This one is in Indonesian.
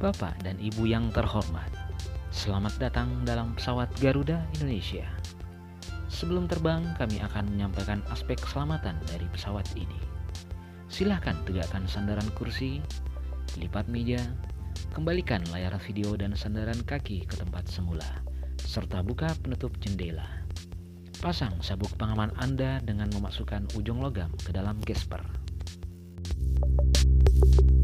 Bapak dan Ibu yang terhormat, selamat datang dalam pesawat Garuda Indonesia. Sebelum terbang, kami akan menyampaikan aspek keselamatan dari pesawat ini. Silahkan tegakkan sandaran kursi, lipat meja, kembalikan layar video dan sandaran kaki ke tempat semula, serta buka penutup jendela. Pasang sabuk pengaman Anda dengan memasukkan ujung logam ke dalam gesper.